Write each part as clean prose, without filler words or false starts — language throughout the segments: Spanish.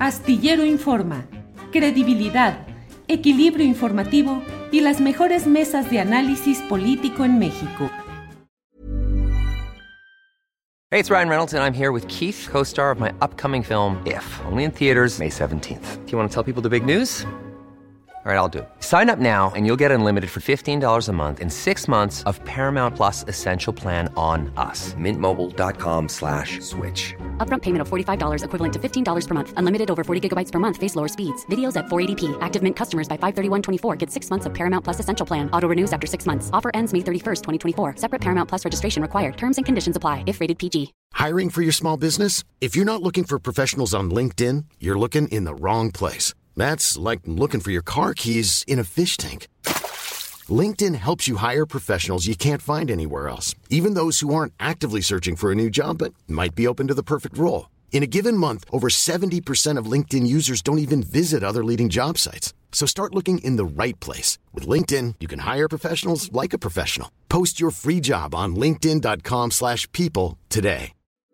Astillero Informa, credibilidad, equilibrio informativo y las mejores mesas de análisis político en México. Hey, it's Ryan Reynolds, and I'm here with Keith, co-star of my upcoming film, If, only in theaters May 17th. Do you want to tell people the big news? All right, I'll do it. Sign up now and you'll get unlimited for $15 a month and 6 months of Paramount Plus Essential Plan on us. MintMobile.com/switch. Upfront payment of $45 equivalent to $15 per month. Unlimited over 40 gigabytes per month. Face lower speeds. Videos at 480p. Active Mint customers by 531.24 get 6 months of Paramount Plus Essential Plan. Auto renews after 6 months. Offer ends May 31st, 2024. Separate Paramount Plus registration required. Terms and conditions apply if rated PG. Hiring for your small business? If you're not looking for professionals on LinkedIn, you're looking in the wrong place. That's like looking for your car keys in a fish tank. LinkedIn helps you hire professionals you can't find anywhere else, even those who aren't actively searching for a new job but might be open to the perfect role. In a given month, over 70% of LinkedIn users don't even visit other leading job sites. So start looking in the right place. With LinkedIn, you can hire professionals like a professional. Post your free job on linkedin.com/people today.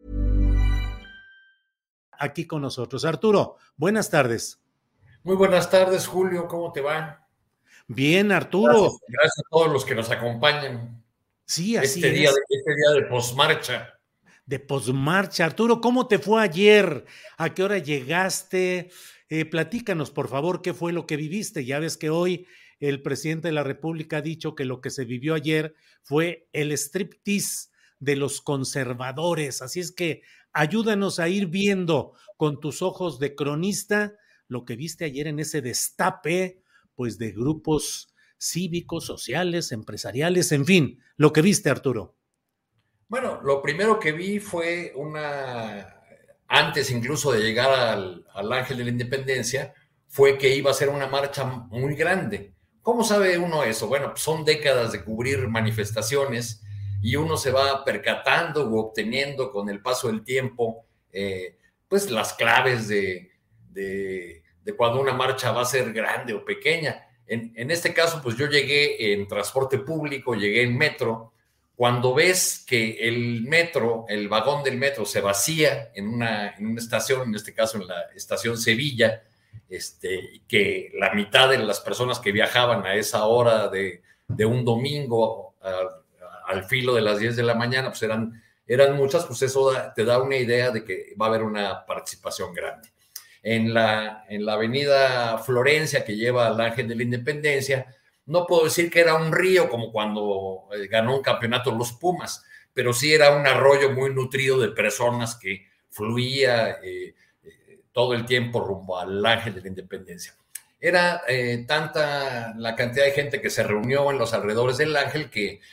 Aquí con nosotros. Arturo, buenas tardes. Muy buenas tardes, Julio, ¿cómo te va? Bien, Arturo. Gracias a todos los que nos acompañan. Sí, así este día de posmarcha. De posmarcha. Arturo, ¿cómo te fue ayer? ¿A qué hora llegaste? Platícanos, por favor, qué fue lo que viviste. Ya ves que hoy el presidente de la República ha dicho que lo que se vivió ayer fue el striptease de los conservadores. Así es que ayúdanos a ir viendo con tus ojos de cronista lo que viste ayer en ese destape, pues de grupos cívicos, sociales, empresariales, en fin, lo que viste, Arturo. Bueno, lo primero que vi fue antes incluso de llegar al Ángel de la Independencia, fue que iba a ser una marcha muy grande. ¿Cómo sabe uno eso? Bueno, pues son décadas de cubrir manifestaciones y uno se va percatando o obteniendo con el paso del tiempo, pues las claves de cuando una marcha va a ser grande o pequeña. En este caso, pues yo llegué en transporte público, llegué en metro. Cuando ves que el vagón del metro se vacía en una estación, en este caso en la estación Sevilla, que la mitad de las personas que viajaban a esa hora de un domingo al filo de las 10 de la mañana, pues eran muchas, pues eso te da una idea de que va a haber una participación grande. En la avenida Florencia, que lleva al Ángel de la Independencia, no puedo decir que era un río como cuando ganó un campeonato los Pumas, pero sí era un arroyo muy nutrido de personas que fluía todo el tiempo rumbo al Ángel de la Independencia. Era tanta la cantidad de gente que se reunió en los alrededores del Ángel que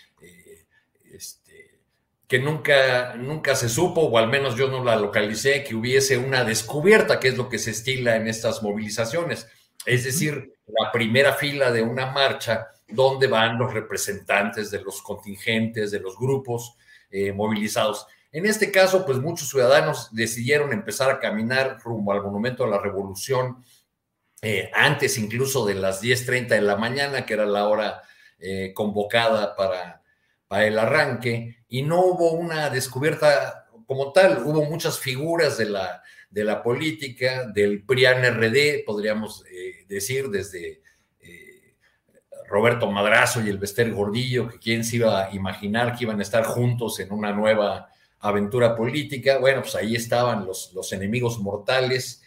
nunca se supo, o al menos yo no la localicé, que hubiese una descubierta, que es lo que se estila en estas movilizaciones. Es decir, la primera fila de una marcha donde van los representantes de los contingentes, de los grupos movilizados. En este caso, pues muchos ciudadanos decidieron empezar a caminar rumbo al Monumento a la Revolución, antes incluso de las 10:30 de la mañana, que era la hora convocada para el arranque, y no hubo una descubierta como tal. Hubo muchas figuras de la política, del PRIAN-RD, podríamos decir, desde Roberto Madrazo y el Bester Gordillo, que quién se iba a imaginar que iban a estar juntos en una nueva aventura política. Bueno, pues ahí estaban los enemigos mortales,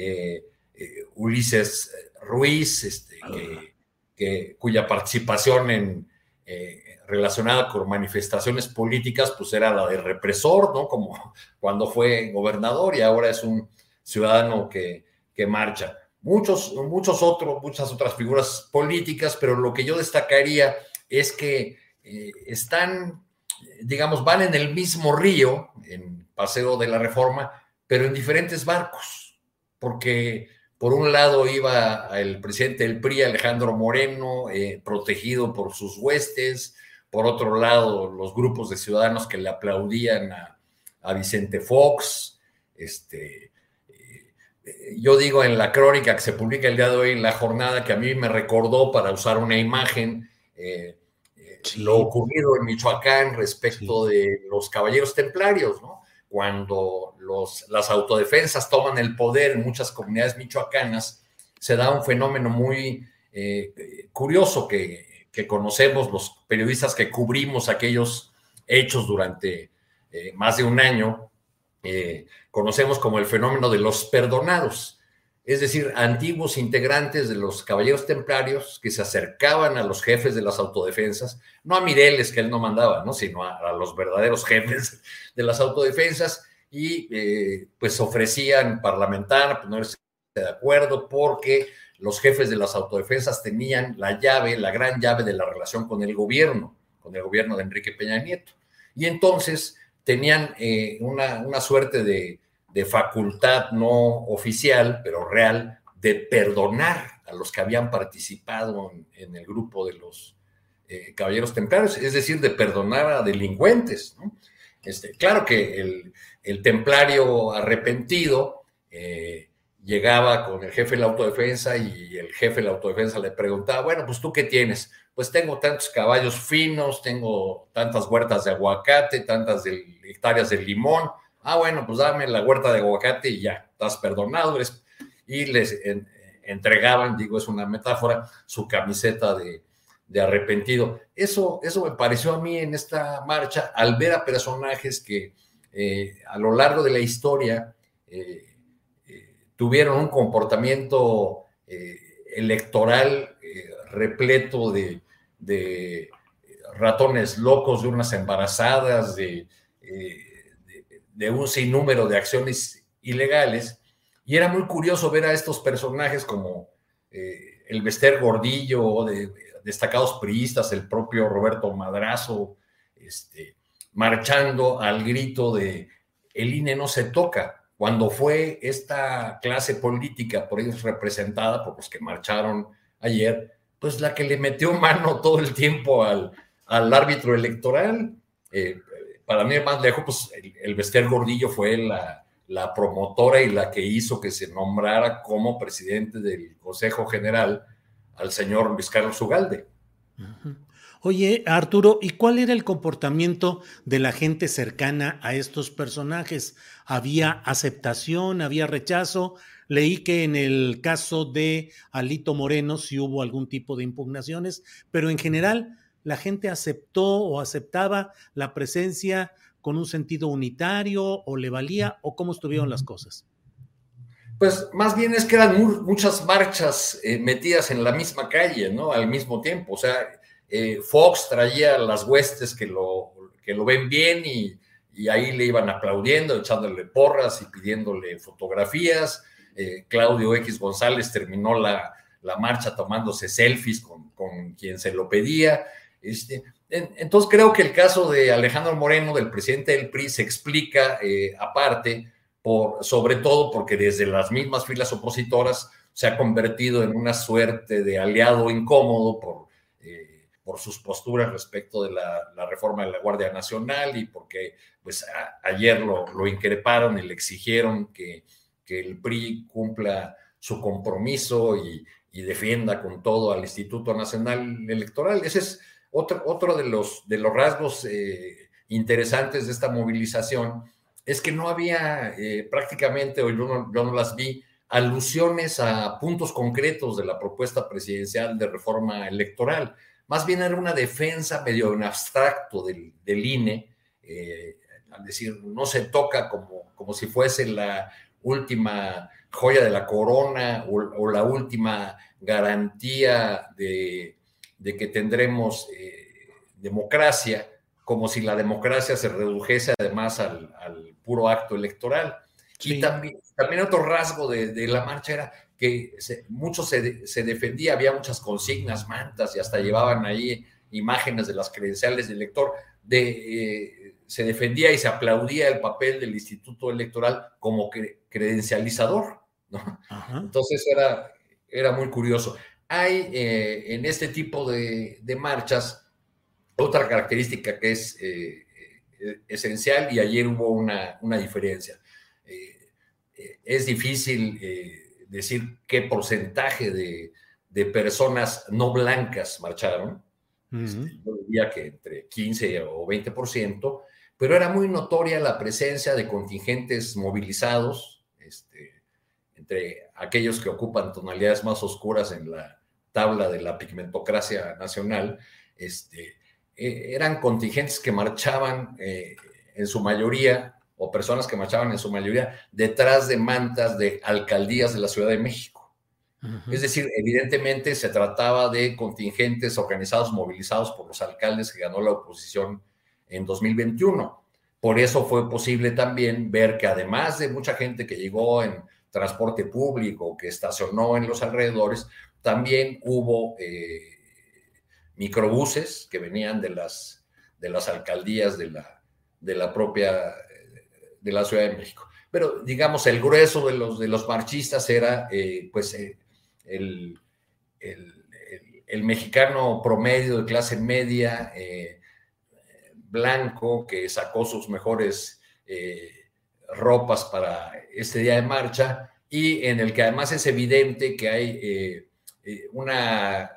Ulises Ruiz, cuya participación relacionada con manifestaciones políticas, pues era la de represor, ¿no? Como cuando fue gobernador, y ahora es un ciudadano que marcha. Muchas otras figuras políticas, pero lo que yo destacaría es que van en el mismo río, en Paseo de la Reforma, pero en diferentes barcos, porque por un lado iba el presidente del PRI, Alejandro Moreno, protegido por sus huestes. Por otro lado, los grupos de ciudadanos que le aplaudían a Vicente Fox. Yo digo en la crónica que se publica el día de hoy en La Jornada, que a mí me recordó, para usar una imagen, lo ocurrido en Michoacán respecto de los caballeros templarios, ¿no? cuando las autodefensas toman el poder en muchas comunidades michoacanas, se da un fenómeno muy curioso que conocemos los periodistas que cubrimos aquellos hechos durante más de un año, conocemos como el fenómeno de los perdonados, es decir, antiguos integrantes de los caballeros templarios que se acercaban a los jefes de las autodefensas, no a Mireles, que él no mandaba, ¿no? Sino a los verdaderos jefes de las autodefensas, y pues ofrecían parlamentar, ponerse de acuerdo, porque los jefes de las autodefensas tenían la llave, la gran llave de la relación con el gobierno de Enrique Peña Nieto. Y entonces tenían una suerte de facultad no oficial, pero real, de perdonar a los que habían participado en el grupo de los caballeros templarios, es decir, de perdonar a delincuentes, ¿no? Claro que el templario arrepentido llegaba con el jefe de la autodefensa y el jefe de la autodefensa le preguntaba, bueno, pues ¿tú qué tienes? Pues tengo tantos caballos finos, tengo tantas huertas de aguacate, tantas hectáreas de limón. Ah, bueno, pues dame la huerta de aguacate y ya, estás perdonado. Y les entregaban, digo, es una metáfora, su camiseta de arrepentido. Eso me pareció a mí en esta marcha, al ver a personajes que a lo largo de la historia tuvieron un comportamiento electoral repleto de ratones locos, de unas embarazadas, de un sinnúmero de acciones ilegales, y era muy curioso ver a estos personajes como el Bester Gordillo, de destacados priistas, el propio Roberto Madrazo, marchando al grito de el INE no se toca, cuando fue esta clase política por ellos representada, por los que marcharon ayer, pues la que le metió mano todo el tiempo al árbitro electoral. Para mí, más lejos, pues el Bester Gordillo fue la promotora y la que hizo que se nombrara como presidente del Consejo General al señor Luis Carlos Ugalde. Uh-huh. Oye, Arturo, ¿y cuál era el comportamiento de la gente cercana a estos personajes? ¿Había aceptación? ¿Había rechazo? Leí que en el caso de Alito Moreno sí hubo algún tipo de impugnaciones, pero en general la gente aceptó o aceptaba la presencia con un sentido unitario o le valía, o cómo estuvieron las cosas. Pues más bien es que eran muchas marchas metidas en la misma calle, ¿no? Al mismo tiempo, o sea, Fox traía las huestes que lo ven bien y ahí le iban aplaudiendo, echándole porras y pidiéndole fotografías. Claudio X González terminó la marcha tomándose selfies con quien se lo pedía. Entonces creo que el caso de Alejandro Moreno, del presidente del PRI, se explica aparte, sobre todo porque desde las mismas filas opositoras se ha convertido en una suerte de aliado incómodo por sus posturas respecto de la reforma de la Guardia Nacional y porque pues ayer lo increparon y le exigieron que el PRI cumpla su compromiso y defienda con todo al Instituto Nacional Electoral. Ese es otro de los rasgos interesantes de esta movilización, es que no había prácticamente, o yo no las vi, alusiones a puntos concretos de la propuesta presidencial de reforma electoral. Más bien era una defensa medio en abstracto del INE, al decir, no se toca como si fuese la última joya de la corona o la última garantía de que tendremos democracia, como si la democracia se redujese además al puro acto electoral. Sí. Y también otro rasgo de la marcha era que mucho se defendía, había muchas consignas, mantas, y hasta llevaban ahí imágenes de las credenciales del elector, se defendía y se aplaudía el papel del Instituto Electoral como credencializador, ¿no? Entonces era muy curioso. Hay en este tipo de marchas otra característica que es esencial, y ayer hubo una diferencia. Es difícil decir qué porcentaje de personas no blancas marcharon. Yo diría que entre 15 o 20%, pero era muy notoria la presencia de contingentes movilizados, entre aquellos que ocupan tonalidades más oscuras en la tabla de la pigmentocracia nacional. Eran contingentes que marchaban en su mayoría, o personas que marchaban en su mayoría, detrás de mantas de alcaldías de la Ciudad de México. Uh-huh. Es decir, evidentemente se trataba de contingentes organizados, movilizados por los alcaldes que ganó la oposición en 2021. Por eso fue posible también ver que además de mucha gente que llegó en transporte público, que estacionó en los alrededores, también hubo microbuses que venían de las alcaldías de la propia de la Ciudad de México. Pero digamos, el grueso de los marchistas era el mexicano promedio de clase media, blanco, que sacó sus mejores ropas para este día de marcha, y en el que además es evidente que hay una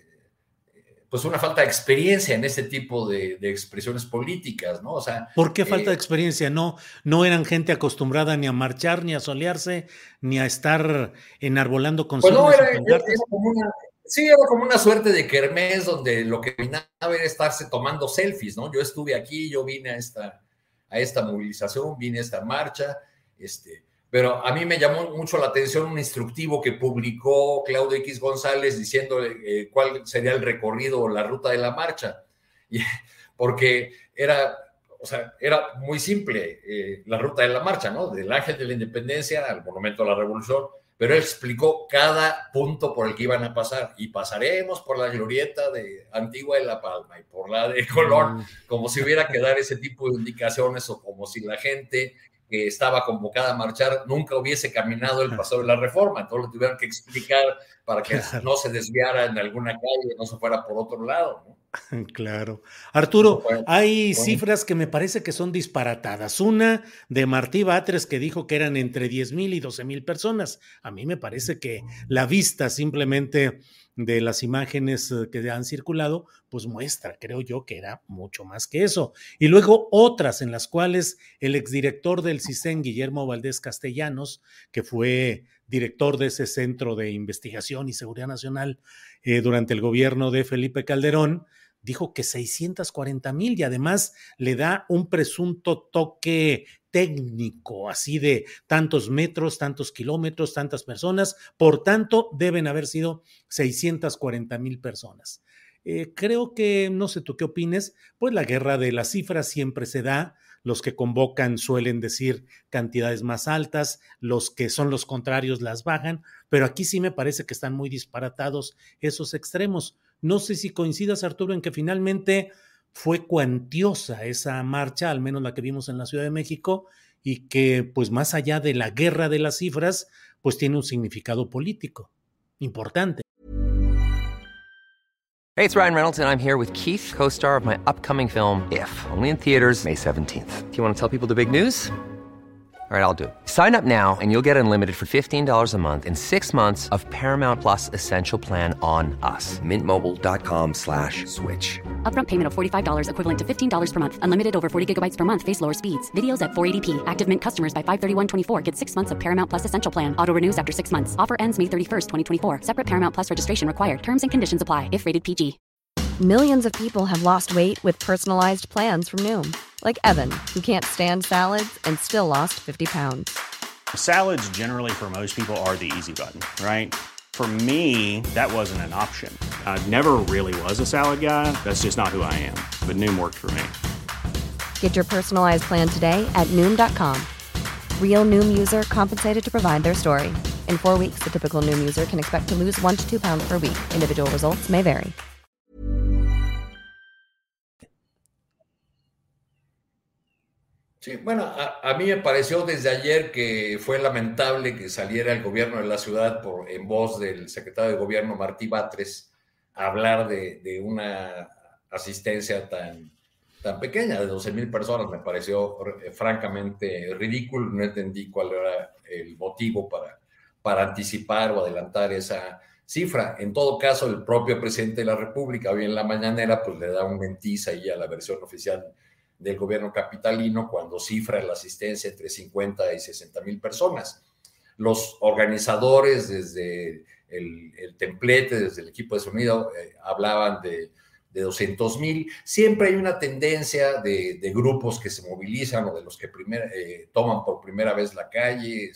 falta de experiencia en este tipo de expresiones políticas, ¿no? O sea, ¿por qué falta de experiencia? No eran gente acostumbrada ni a marchar, ni a solearse, ni a estar enarbolando consignas. Pues no, era como una suerte de kermés donde lo que vinaba era estarse tomando selfies, ¿no? Yo estuve aquí, yo vine a esta movilización, vine a esta marcha, pero a mí me llamó mucho la atención un instructivo que publicó Claudio X González diciendo cuál sería el recorrido o la ruta de la marcha, porque era muy simple la ruta de la marcha, ¿no? Del Ángel de la Independencia al Monumento a la Revolución, pero él explicó cada punto por el que iban a pasar, y pasaremos por la glorieta de Antigua de La Palma y por la de Colón, como si hubiera que dar ese tipo de indicaciones, o como si la gente que estaba convocada a marchar nunca hubiese caminado el Paseo de la Reforma, entonces lo tuvieron que explicar para que no se desviara en alguna calle, no se fuera por otro lado, ¿no? Claro. Arturo, hay cifras que me parece que son disparatadas. Una de Martí Batres, que dijo que eran entre 10,000 y 12,000 personas. A mí me parece que la vista simplemente de las imágenes que han circulado, pues muestra, creo yo, que era mucho más que eso. Y luego otras en las cuales el exdirector del CISEN, Guillermo Valdés Castellanos, que fue director de ese Centro de Investigación y Seguridad Nacional durante el gobierno de Felipe Calderón, dijo que 640,000, y además le da un presunto toque técnico, así de tantos metros, tantos kilómetros, tantas personas, por tanto deben haber sido 640,000 personas. Creo que, no sé tú qué opines, pues la guerra de las cifras siempre se da. Los que convocan suelen decir cantidades más altas, los que son los contrarios las bajan, pero aquí sí me parece que están muy disparatados esos extremos. No sé si coincidas, Arturo, en que finalmente fue cuantiosa esa marcha, al menos la que vimos en la Ciudad de México, y que pues más allá de la guerra de las cifras, pues tiene un significado político importante. Hey, it's Ryan Reynolds, and I'm here with Keith, co-star of my upcoming film, If, only in theaters May 17th. Do you want to tell people the big news? All right, I'll do it. Sign up now and you'll get unlimited for $15 a month and 6 months of Paramount Plus Essential Plan on us. MintMobile.com/switch. Upfront payment of $45 equivalent to $15 per month. Unlimited over 40 gigabytes per month. Face lower speeds. Videos at 480p. Active Mint customers by 531.24 get 6 months of Paramount Plus Essential Plan. Auto renews after 6 months. Offer ends May 31st, 2024. Separate Paramount Plus registration required. Terms and conditions apply if rated PG. Millions of people have lost weight with personalized plans from Noom. Like Evan, who can't stand salads and still lost 50 pounds. Salads generally for most people are the easy button, right? For me, that wasn't an option. I never really was a salad guy. That's just not who I am. But Noom worked for me. Get your personalized plan today at Noom.com. Real Noom user compensated to provide their story. In 4 weeks, the typical Noom user can expect to lose 1 to 2 pounds per week. Individual results may vary. Sí, bueno, a mí me pareció desde ayer que fue lamentable que saliera el gobierno de la ciudad en voz del secretario de gobierno Martí Batres a hablar de una asistencia tan pequeña, de 12,000 personas. Me pareció francamente ridículo. No entendí cuál era el motivo para anticipar o adelantar esa cifra. En todo caso, el propio presidente de la República hoy en la mañanera pues le da un mentiz ahí a la versión oficial del gobierno capitalino cuando cifra la asistencia entre 50 y 60,000 personas. Los organizadores desde el templete, desde el equipo de sonido, hablaban de 200,000. Siempre hay una tendencia de grupos que se movilizan o de los que toman por primera vez la calle,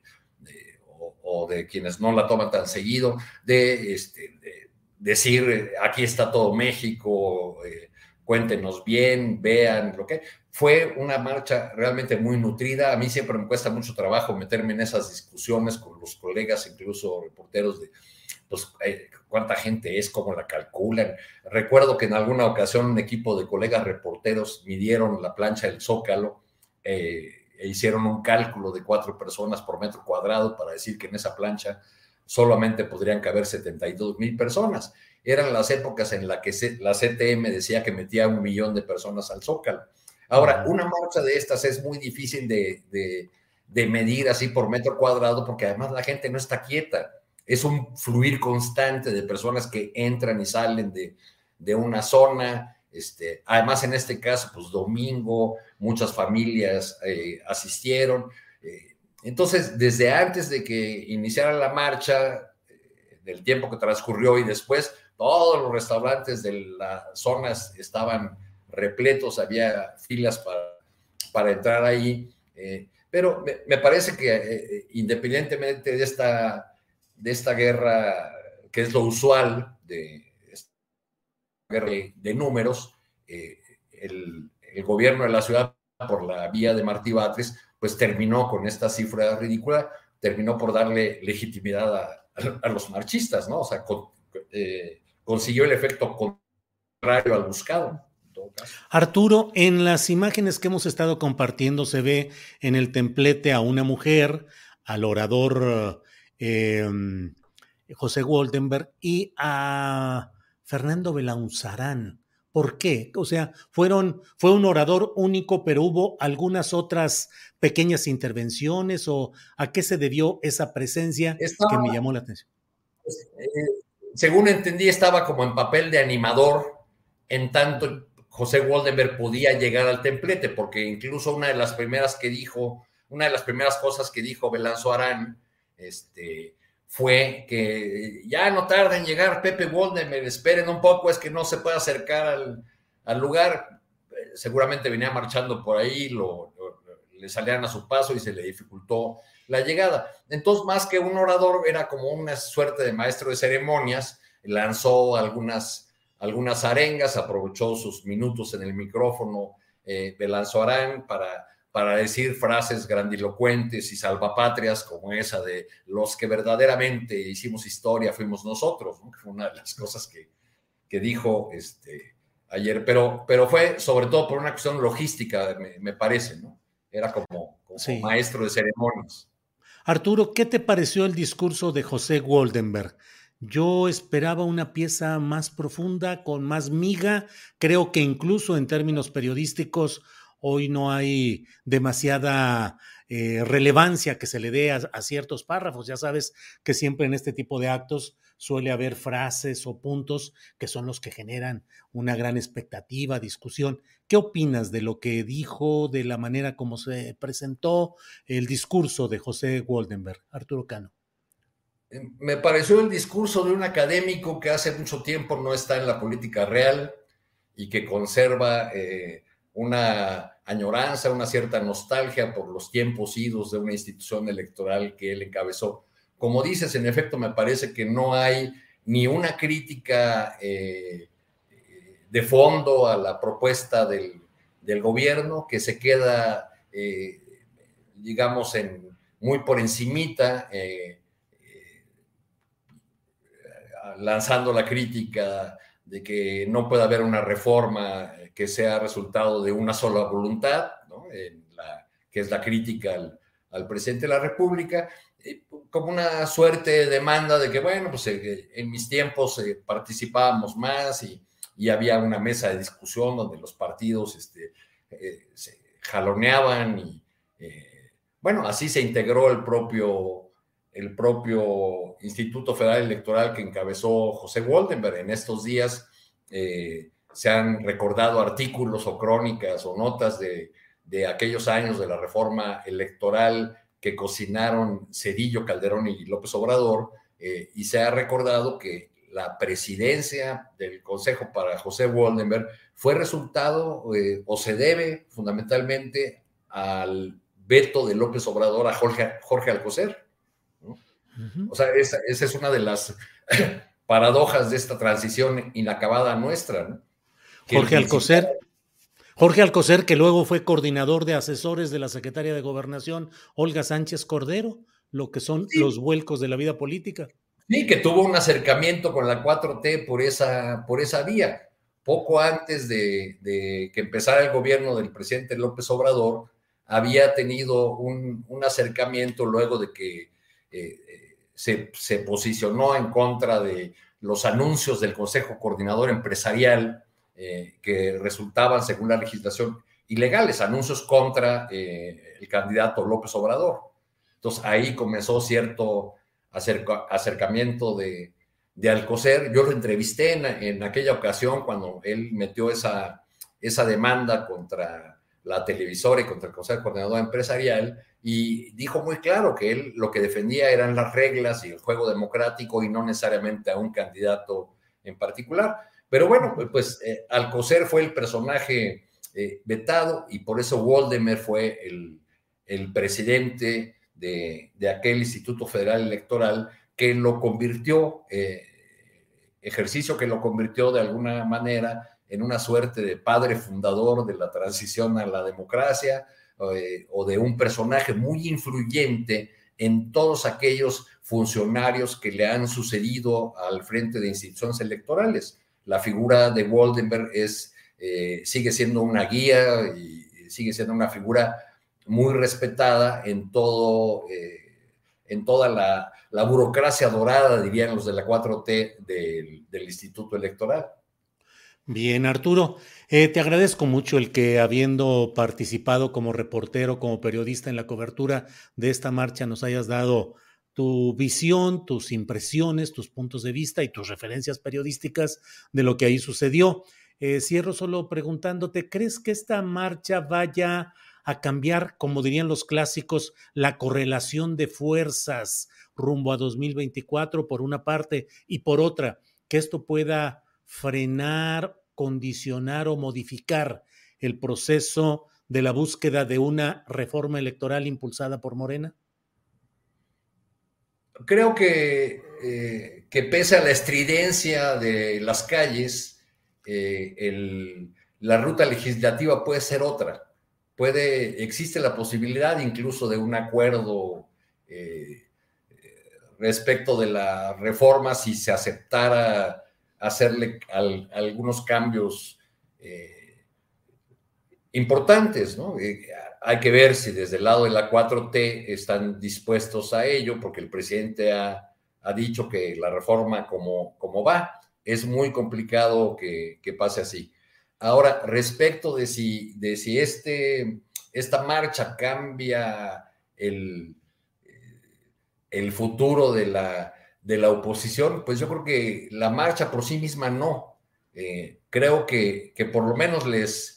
o de quienes no la toman tan seguido, de decir, aquí está todo México, cuéntenos bien, vean lo que... Fue una marcha realmente muy nutrida. A mí siempre me cuesta mucho trabajo meterme en esas discusiones con los colegas, incluso reporteros, de cuánta gente es, cómo la calculan. Recuerdo que en alguna ocasión un equipo de colegas reporteros midieron la plancha del Zócalo e hicieron un cálculo de 4 personas por metro cuadrado para decir que en esa plancha solamente podrían caber 72,000 personas. Eran las épocas en las que la CTM decía que metía 1 millón de personas al Zócalo. Ahora, una marcha de estas es muy difícil de medir así por metro cuadrado, porque además la gente no está quieta. Es un fluir constante de personas que entran y salen de una zona. Además, en este caso, pues domingo, muchas familias asistieron. Entonces, desde antes de que iniciara la marcha, del tiempo que transcurrió y después, todos los restaurantes de las zonas estaban repletos, había filas para entrar ahí. Pero me parece que independientemente de esta guerra, que es lo usual de guerra de números, el gobierno de la ciudad, por la vía de Martí Batres, pues terminó con esta cifra ridícula, terminó por darle legitimidad a los marchistas, ¿no? O sea, consiguió el efecto contrario al buscado. Arturo, en las imágenes que hemos estado compartiendo se ve en el templete a una mujer, al orador José Woldenberg y a Fernando Belaunzarán. ¿Por qué? O sea, fue un orador único, pero hubo algunas otras pequeñas intervenciones, o ¿a qué se debió esa presencia que me llamó la atención? Según entendí, estaba como en papel de animador, en tanto José Woldenberg podía llegar al templete, porque incluso una de las primeras cosas que dijo Belaunzarán, fue que ya no tarda en llegar Pepe Woldenberg, esperen un poco, es que no se puede acercar al lugar. Seguramente venía marchando por ahí, le salían a su paso y se le dificultó la llegada. Entonces, más que un orador, era como una suerte de maestro de ceremonias, lanzó algunas arengas, aprovechó sus minutos en el micrófono Belaunzarán para decir frases grandilocuentes y salvapatrias como esa de los que verdaderamente hicimos historia fuimos nosotros, ¿no? Que fue una de las cosas que dijo ayer, pero fue sobre todo por una cuestión logística, me parece, ¿no? Era como sí, maestro de ceremonias. Arturo, ¿qué te pareció el discurso de José Woldenberg? Yo esperaba una pieza más profunda, con más miga. Creo que incluso en términos periodísticos hoy no hay demasiada relevancia que se le dé a ciertos párrafos. Ya sabes que siempre en este tipo de actos suele haber frases o puntos que son los que generan una gran expectativa, discusión. ¿Qué opinas de lo que dijo, de la manera como se presentó el discurso de José Woldenberg? Arturo Cano. Me pareció el discurso de un académico que hace mucho tiempo no está en la política real y que conserva una añoranza, una cierta nostalgia por los tiempos idos de una institución electoral que él encabezó. Como dices, en efecto, me parece que no hay ni una crítica de fondo a la propuesta del gobierno, que se queda, digamos, muy por encimita, lanzando la crítica de que no puede haber una reforma que sea resultado de una sola voluntad, ¿no? Que es la crítica al presidente de la República, como una suerte de demanda de que, bueno, pues en mis tiempos participábamos más y había una mesa de discusión donde los partidos se jaloneaban y, bueno, así se integró el propio Instituto Federal Electoral que encabezó José Woldenberg. En estos días se han recordado artículos o crónicas o notas de aquellos años de la reforma electoral que cocinaron Zedillo, Calderón y López Obrador, y se ha recordado que la presidencia del Consejo para José Woldenberg fue resultado o se debe fundamentalmente al veto de López Obrador a Jorge Alcocer, ¿no? Uh-huh. O sea, esa es una de las paradojas de esta transición inacabada nuestra, ¿no? Jorge Alcocer, que luego fue coordinador de asesores de la secretaria de Gobernación, Olga Sánchez Cordero, lo que son los vuelcos de la vida política. Sí, que tuvo un acercamiento con la 4T por esa vía. Poco antes de que empezara el gobierno del presidente López Obrador, había tenido un acercamiento luego de que se posicionó en contra de los anuncios del Consejo Coordinador Empresarial que resultaban, según la legislación, ilegales, anuncios contra el candidato López Obrador. Entonces ahí comenzó cierto acercamiento de Alcocer. Yo lo entrevisté en aquella ocasión cuando él metió esa demanda contra la televisora y contra el Consejo Coordinador Empresarial, y dijo muy claro que él lo que defendía eran las reglas y el juego democrático y no necesariamente a un candidato en particular. Pero bueno, pues Alcocer fue el personaje vetado, y por eso Woldenberg fue el presidente de aquel Instituto Federal Electoral que lo convirtió, ejercicio que lo convirtió de alguna manera en una suerte de padre fundador de la transición a la democracia, o de un personaje muy influyente en todos aquellos funcionarios que le han sucedido al frente de instituciones electorales. La figura de Woldenberg sigue siendo una guía y sigue siendo una figura muy respetada en toda la burocracia dorada, dirían los de la 4T del Instituto Electoral. Bien, Arturo, te agradezco mucho el que, habiendo participado como reportero, como periodista en la cobertura de esta marcha, nos hayas dado tu visión, tus impresiones, tus puntos de vista y tus referencias periodísticas de lo que ahí sucedió. Cierro solo preguntándote, ¿crees que esta marcha vaya a cambiar, como dirían los clásicos, la correlación de fuerzas rumbo a 2024 por una parte, y por otra, que esto pueda frenar, condicionar o modificar el proceso de la búsqueda de una reforma electoral impulsada por Morena? Creo que pese a la estridencia de las calles, la ruta legislativa puede ser otra. Existe la posibilidad incluso de un acuerdo respecto de la reforma si se aceptara hacerle algunos cambios importantes, ¿no? Hay que ver si desde el lado de la 4T están dispuestos a ello, porque el presidente ha dicho que la reforma como va, es muy complicado que pase así. Ahora, respecto de si esta marcha cambia el futuro de la oposición, pues yo creo que la marcha por sí misma no. Creo que por lo menos les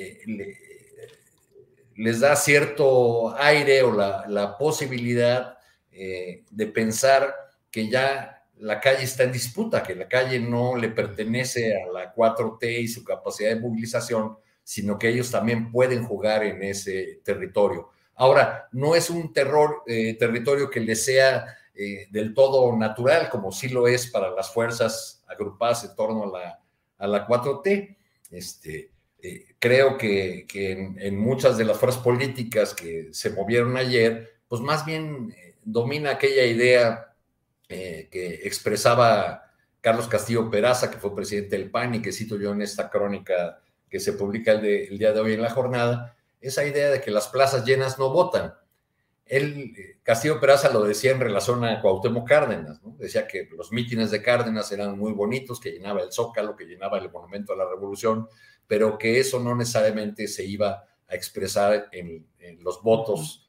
da cierto aire o la posibilidad de pensar que ya la calle está en disputa, que la calle no le pertenece a la 4T y su capacidad de movilización, sino que ellos también pueden jugar en ese territorio. Ahora, no es un territorio que les sea del todo natural, como sí lo es para las fuerzas agrupadas en torno a la 4T. Creo que en muchas de las fuerzas políticas que se movieron ayer, pues más bien domina aquella idea que expresaba Carlos Castillo Peraza, que fue presidente del PAN y que cito yo en esta crónica que se publica el día de hoy en La Jornada, esa idea de que las plazas llenas no votan. Castillo Peraza lo decía en relación a Cuauhtémoc Cárdenas, ¿no? Decía que los mítines de Cárdenas eran muy bonitos, que llenaba el Zócalo, que llenaba el Monumento a la Revolución, pero que eso no necesariamente se iba a expresar en los votos,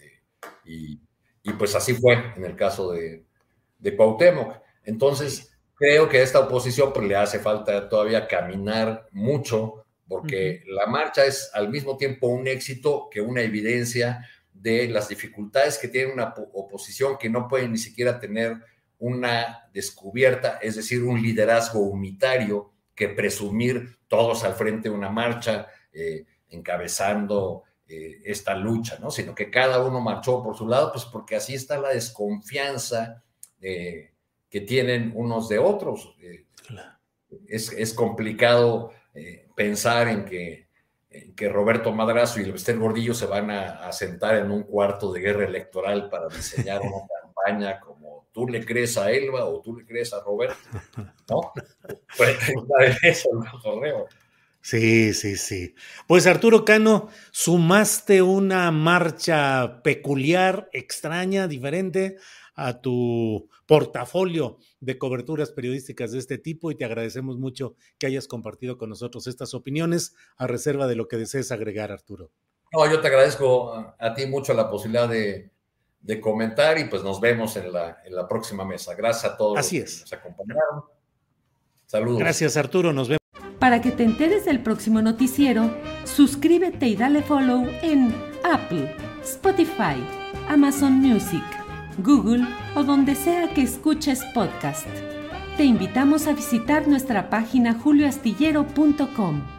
y pues así fue en el caso de Cuauhtémoc. Entonces, creo que a esta oposición pues, le hace falta todavía caminar mucho, porque la marcha es al mismo tiempo un éxito que una evidencia de las dificultades que tiene una oposición que no puede ni siquiera tener una descubierta, es decir, un liderazgo unitario que presumir todos al frente de una marcha, encabezando esta lucha, ¿no? Sino que cada uno marchó por su lado, pues porque así está la desconfianza que tienen unos de otros. Es complicado pensar en que Roberto Madrazo y Elbester Gordillo se van a sentar en un cuarto de guerra electoral para diseñar una campaña como tú le crees a Elba o tú le crees a Roberto, ¿no? Eso el correo. Sí. Pues Arturo Cano, sumaste una marcha peculiar, extraña, diferente a tu portafolio de coberturas periodísticas de este tipo y te agradecemos mucho que hayas compartido con nosotros estas opiniones a reserva de lo que desees agregar, Arturo. No, yo te agradezco a ti mucho la posibilidad de comentar y pues nos vemos en la próxima mesa. Gracias a todos Así los que nos acompañaron. Saludos. Gracias, Arturo. Nos vemos. Para que te enteres del próximo noticiero, suscríbete y dale follow en Apple, Spotify, Amazon Music, Google o donde sea que escuches podcast. Te invitamos a visitar nuestra página julioastillero.com.